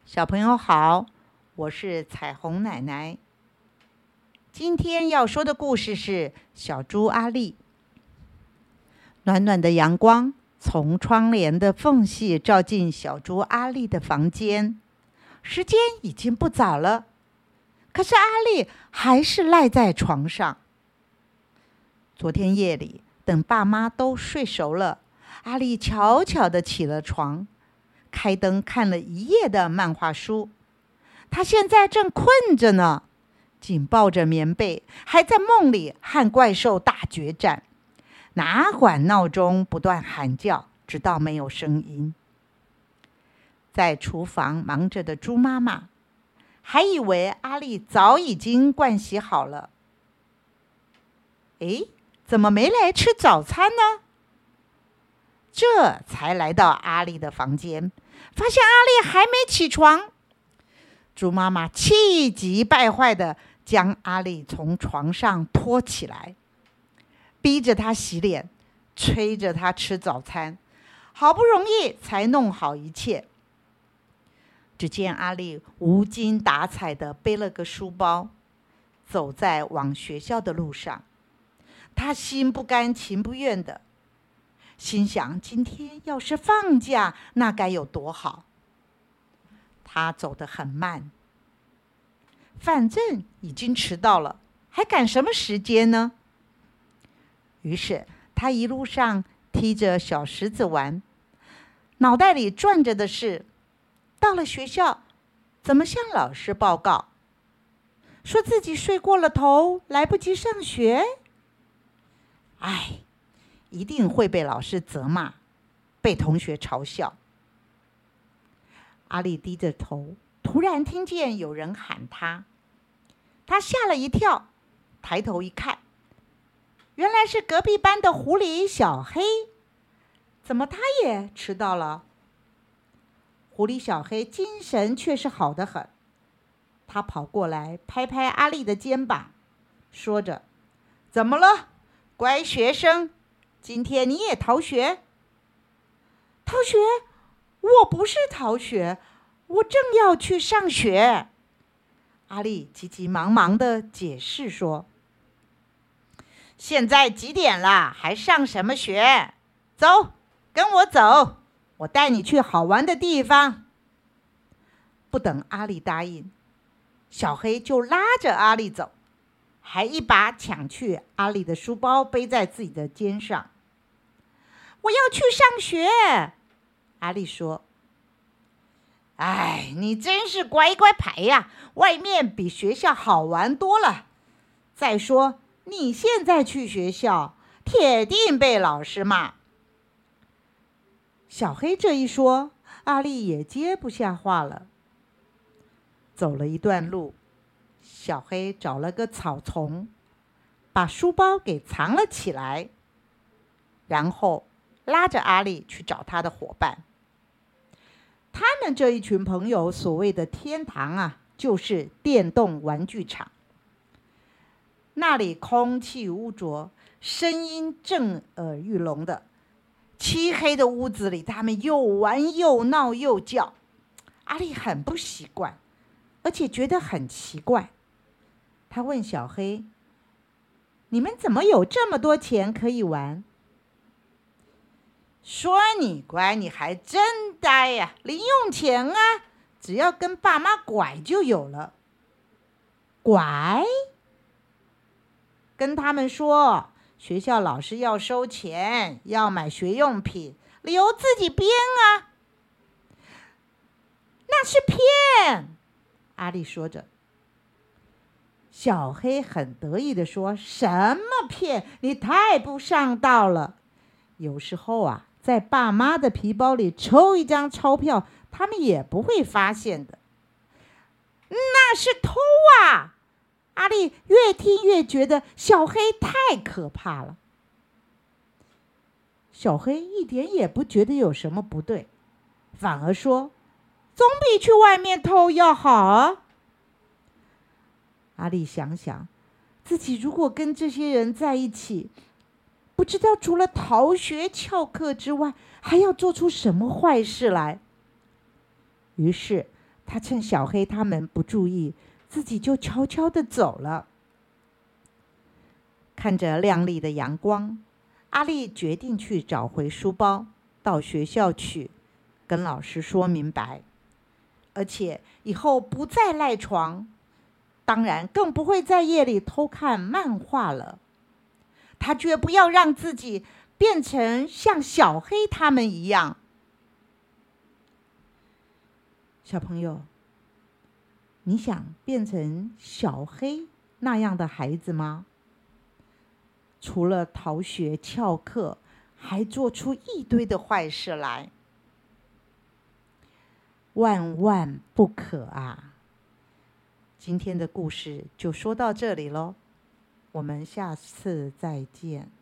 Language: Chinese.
小朋友好，我是彩虹奶奶。今天要说的故事是小猪阿力。暖暖的阳光从窗帘的缝隙照进小猪阿力的房间。时间已经不早了，可是阿力还是赖在床上。昨天夜里，等爸妈都睡熟了，阿力悄悄地起了床，开灯看了一夜的漫画书。他现在正困着呢，紧抱着棉被，还在梦里和怪兽大决战，哪管闹钟不断喊叫，直到没有声音。在厨房忙着的猪妈妈还以为阿力早已经盥洗好了。诶，怎么没来吃早餐呢？这才来到阿力的房间，发现阿力还没起床。猪妈妈气急败坏地将阿力从床上拖起来，逼着他洗脸，催着他吃早餐，好不容易才弄好一切。只见阿力无精打采地背了个书包，走在往学校的路上。他心不甘情不愿的，心想今天要是放假，那该有多好。他走得很慢，反正已经迟到了，还赶什么时间呢？于是他一路上踢着小石子玩，脑袋里转着的是，到了学校怎么向老师报告，说自己睡过了头，来不及上学。一定会被老师责骂，被同学嘲笑。阿力低着头，突然听见有人喊他，他吓了一跳，抬头一看，原来是隔壁班的狐狸小黑。怎么他也迟到了？狐狸小黑精神却是好得很，他跑过来拍拍阿力的肩膀，说着：怎么了，乖学生，今天你也逃学？逃学？我不是逃学，我正要去上学。阿力急急忙忙地解释说：现在几点了，还上什么学？走，跟我走，我带你去好玩的地方。不等阿力答应，小黑就拉着阿力走，还一把抢去阿力的书包，背在自己的肩上。我要去上学，阿力说。你真是乖乖牌呀，外面比学校好玩多了。再说你现在去学校，铁定被老师骂。小黑这一说，阿力也接不下话了。走了一段路，小黑找了个草丛，把书包给藏了起来，然后拉着阿力去找他的伙伴。他们这一群朋友所谓的天堂啊，就是电动玩具场。那里空气污浊，声音震耳欲聋的。漆黑的屋子里，他们又玩又闹又叫。阿力很不习惯，而且觉得很奇怪。他问小黑：你们怎么有这么多钱可以玩？说你乖，你还真呆呀！零用钱啊，只要跟爸妈拐就有了。拐？跟他们说，学校老师要收钱，要买学用品，理由自己编啊。那是骗！阿力说着。小黑很得意地说：什么骗？你太不上道了。有时候啊，在爸妈的皮包里抽一张钞票，他们也不会发现的。那是偷啊！阿力越听越觉得小黑太可怕了。小黑一点也不觉得有什么不对，反而说：总比去外面偷要好啊。阿力想想，自己如果跟这些人在一起，不知道除了逃学翘课之外，还要做出什么坏事来。于是他趁小黑他们不注意，自己就悄悄地走了。看着亮丽的阳光，阿丽决定去找回书包，到学校去，跟老师说明白。而且以后不再赖床，当然更不会在夜里偷看漫画了。他绝不要让自己变成像小黑他们一样。小朋友，你想变成小黑那样的孩子吗？除了逃学翘课，还做出一堆的坏事来，万万不可啊！今天的故事就说到这里咯，我们下次再见。